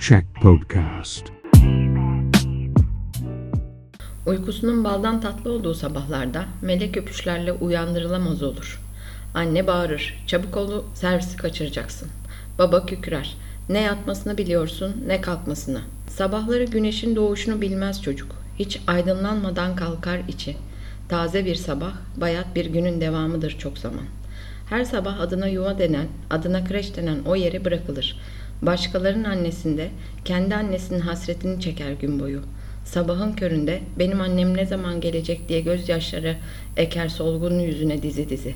Check Podcast. Uykusunun baldan tatlı olduğu sabahlarda melek öpüşlerle uyandırılamaz olur. Anne bağırır, çabuk ol, servisi kaçıracaksın. Baba kükrer, ne yatmasını biliyorsun ne kalkmasını. Sabahları güneşin doğuşunu bilmez çocuk. Hiç aydınlanmadan kalkar içi. Taze bir sabah, bayat bir günün devamıdır çok zaman. Her sabah adına yuva denen, adına kreş denen o yere bırakılır. Başkalarının annesinde, kendi annesinin hasretini çeker gün boyu. Sabahın köründe benim annem ne zaman gelecek diye gözyaşları eker solgun yüzüne dizi dizi.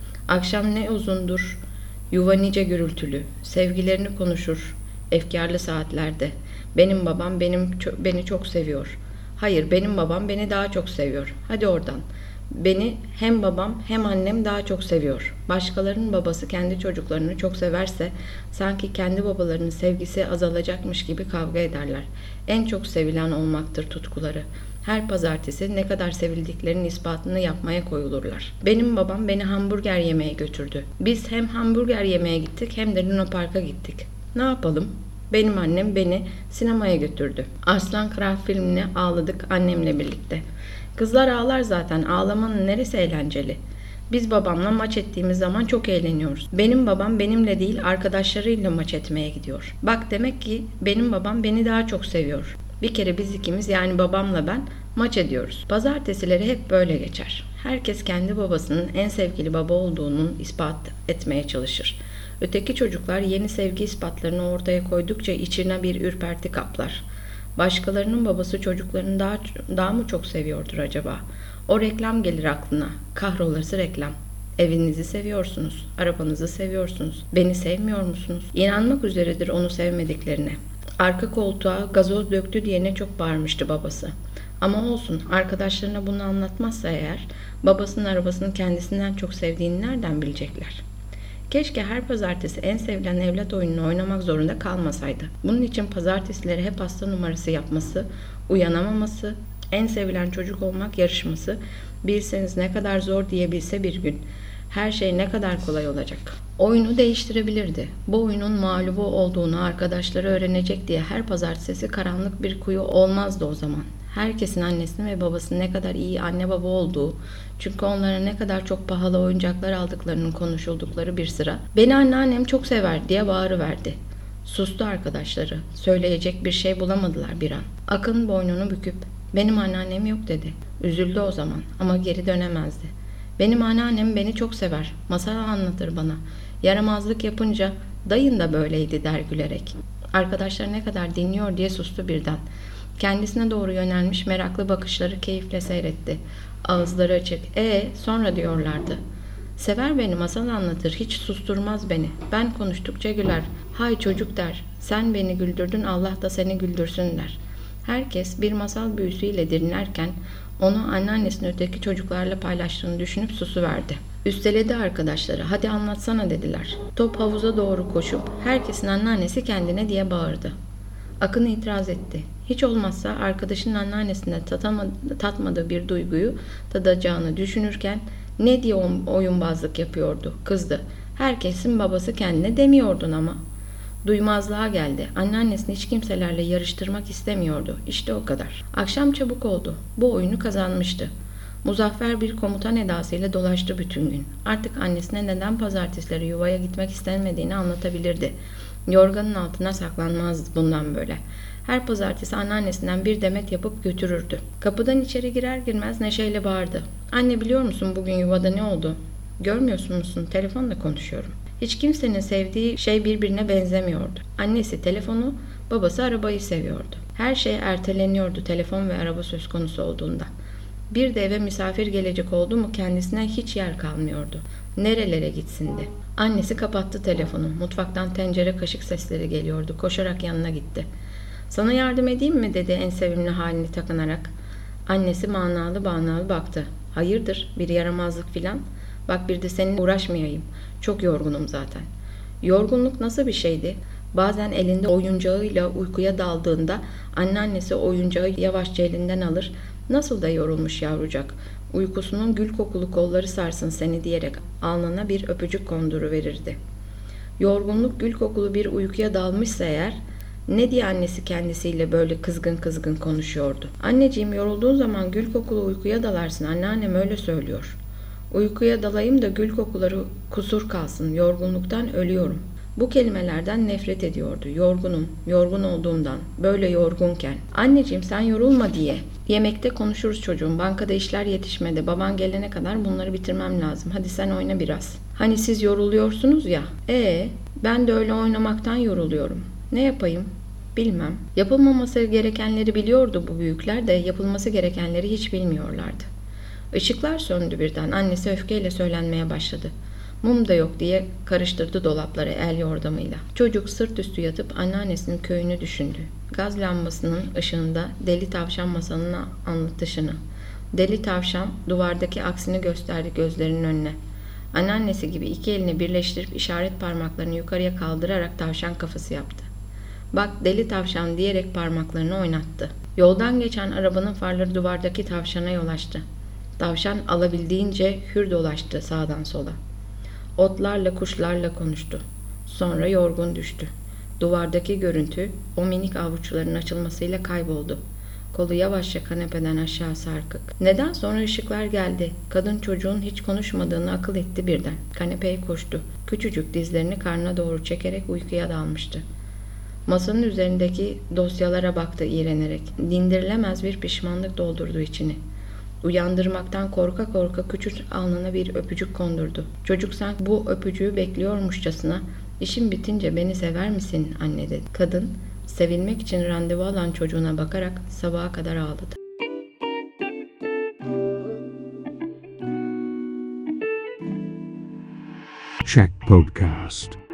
Akşam ne uzundur, yuva nice gürültülü, sevgilerini konuşur efkarlı saatlerde. Benim babam beni çok seviyor. Hayır, benim babam beni daha çok seviyor. Hadi oradan. Beni hem babam hem annem daha çok seviyor. Başkalarının babası kendi çocuklarını çok severse sanki kendi babalarının sevgisi azalacakmış gibi kavga ederler. En çok sevilen olmaktır tutkuları. Her pazartesi ne kadar sevildiklerinin ispatını yapmaya koyulurlar. Benim babam beni hamburger yemeye götürdü. Biz hem hamburger yemeye gittik hem de Luna Park'a gittik. Ne yapalım? Benim annem beni sinemaya götürdü. Arslan Kral filmine ağladık annemle birlikte. Kızlar ağlar zaten, ağlamanın neresi eğlenceli? Biz babamla maç ettiğimiz zaman çok eğleniyoruz. Benim babam benimle değil arkadaşlarıyla maç etmeye gidiyor. Bak demek ki benim babam beni daha çok seviyor. Bir kere biz ikimiz yani babamla ben maç ediyoruz. Pazartesileri hep böyle geçer. Herkes kendi babasının en sevgili baba olduğunun ispat etmeye çalışır. Öteki çocuklar yeni sevgi ispatlarını ortaya koydukça içine bir ürperti kaplar. Başkalarının babası çocuklarını daha mı çok seviyordur acaba? O reklam gelir aklına. Kahrolası reklam. Evinizi seviyorsunuz, arabanızı seviyorsunuz. Beni sevmiyor musunuz? İnanmak üzeredir onu sevmediklerine. Arka koltuğa gazoz döktü diye ne çok bağırmıştı babası. Ama olsun, arkadaşlarına bunu anlatmazsa eğer, babasının arabasını kendisinden çok sevdiğini nereden bilecekler? Keşke her pazartesi en sevilen evlat oyununu oynamak zorunda kalmasaydı. Bunun için pazartesileri hep hasta numarası yapması, uyanamaması, en sevilen çocuk olmak yarışması, bilseniz ne kadar zor diyebilse bir gün. Her şey ne kadar kolay olacak. Oyunu değiştirebilirdi. Bu oyunun mağlubu olduğunu arkadaşları öğrenecek diye her pazartesi karanlık bir kuyu olmazdı o zaman. Herkesin annesinin ve babasının ne kadar iyi anne baba olduğu, çünkü onlara ne kadar çok pahalı oyuncaklar aldıklarının konuşuldukları bir sıra, beni anneannem çok sever diye bağırıverdi. Sustu arkadaşları. Söyleyecek bir şey bulamadılar bir an. Akın boynunu büküp, benim anneannem yok dedi. Üzüldü o zaman ama geri dönemezdi. Benim anneannem beni çok sever. Masal anlatır bana. Yaramazlık yapınca dayın da böyleydi der gülerek. Arkadaşlar ne kadar dinliyor diye sustu birden. Kendisine doğru yönelmiş meraklı bakışları keyifle seyretti. Ağızları açık. Sonra diyorlardı. Sever beni, masal anlatır, hiç susturmaz beni. Ben konuştukça güler. Hay çocuk der. Sen beni güldürdün, Allah da seni güldürsün der. Herkes bir masal büyüsüyle dinlerken onu anneannesinin öteki çocuklarla paylaştığını düşünüp susuverdi. Üsteledi arkadaşları. Hadi anlatsana dediler. Top havuza doğru koşup herkesin anneannesi kendine diye bağırdı. Akın itiraz etti. Hiç olmazsa arkadaşının anneannesinde tatmadığı bir duyguyu tadacağını düşünürken ne diye oyunbazlık yapıyordu, kızdı. Herkesin babası kendine demiyordun ama. Duymazlığa geldi. Anneannesini hiç kimselerle yarıştırmak istemiyordu. İşte o kadar. Akşam çabuk oldu. Bu oyunu kazanmıştı. Muzaffer bir komutan edasıyla dolaştı bütün gün. Artık annesine neden pazartesileri yuvaya gitmek istemediğini anlatabilirdi. Yorganın altına saklanmazdı bundan böyle. Her pazartesi anneannesinden bir demet yapıp götürürdü. Kapıdan içeri girer girmez neşeyle bağırdı. Anne biliyor musun bugün yuvada ne oldu? Görmüyorsun musun? Telefonla konuşuyorum. Hiç kimsenin sevdiği şey birbirine benzemiyordu. Annesi telefonu, babası arabayı seviyordu. Her şey erteleniyordu telefon ve araba söz konusu olduğunda. Bir de eve misafir gelecek oldu mu kendisine hiç yer kalmıyordu. Nerelere gitsindi? Annesi kapattı telefonu. Mutfaktan tencere kaşık sesleri geliyordu. Koşarak yanına gitti. Sana yardım edeyim mi dedi en sevimli halini takınarak. Annesi manalı baktı. Hayırdır bir yaramazlık filan? Bak bir de seninle uğraşmayayım. Çok yorgunum zaten. Yorgunluk nasıl bir şeydi? Bazen elinde oyuncağıyla uykuya daldığında anneannesi oyuncağı yavaşça elinden alır. Nasıl da yorulmuş yavrucak. Uykusunun gül kokulu kolları sarsın seni diyerek alnına bir öpücük konduruverirdi. Yorgunluk gül kokulu bir uykuya dalmışsa eğer Ne diye annesi kendisiyle böyle kızgın kızgın konuşuyordu. Anneciğim, yorulduğun zaman gül kokulu uykuya dalarsın, anneannem öyle söylüyor. Uykuya dalayım da gül kokuları kusur kalsın, yorgunluktan ölüyorum. Bu kelimelerden nefret ediyordu. Yorgunum, yorgun olduğumdan, böyle yorgunken. Anneciğim sen yorulma diye. Yemekte konuşuruz çocuğum, bankada işler yetişmedi. Baban gelene kadar bunları bitirmem lazım. Hadi sen oyna biraz. Hani siz yoruluyorsunuz ya. Ben de öyle oynamaktan yoruluyorum. Ne yapayım? Bilmem. Yapılmaması gerekenleri biliyordu bu büyükler de yapılması gerekenleri hiç bilmiyorlardı. Işıklar söndü birden. Annesi öfkeyle söylenmeye başladı. Mum da yok diye karıştırdı dolapları el yordamıyla. Çocuk sırt üstü yatıp anneannesinin köyünü düşündü. Gaz lambasının ışığında deli tavşan masalını anlatışını. Deli tavşan duvardaki aksini gösterdi gözlerinin önüne. Anneannesi gibi iki elini birleştirip işaret parmaklarını yukarıya kaldırarak tavşan kafası yaptı. Bak deli tavşan diyerek parmaklarını oynattı. Yoldan geçen arabanın farları duvardaki tavşana yol açtı. Tavşan alabildiğince hür dolaştı sağdan sola. Otlarla kuşlarla konuştu. Sonra yorgun düştü. Duvardaki görüntü o minik avuçların açılmasıyla kayboldu. Kolu yavaşça kanepeden aşağı sarkık. Neden sonra ışıklar geldi. Kadın çocuğun hiç konuşmadığını akıl etti birden. Kanepeye koştu. Küçücük dizlerini karnına doğru çekerek uykuya dalmıştı. Masanın üzerindeki dosyalara baktı iğrenerek. Dindirilemez bir pişmanlık doldurdu içini. Uyandırmaktan korka korka küçük alnına bir öpücük kondurdu. Çocuk sanki bu öpücüğü bekliyormuşçasına "İşin bitince beni sever misin anne?" dedi. Kadın sevilmek için randevu alan çocuğuna bakarak sabaha kadar ağladı. Check Podcast.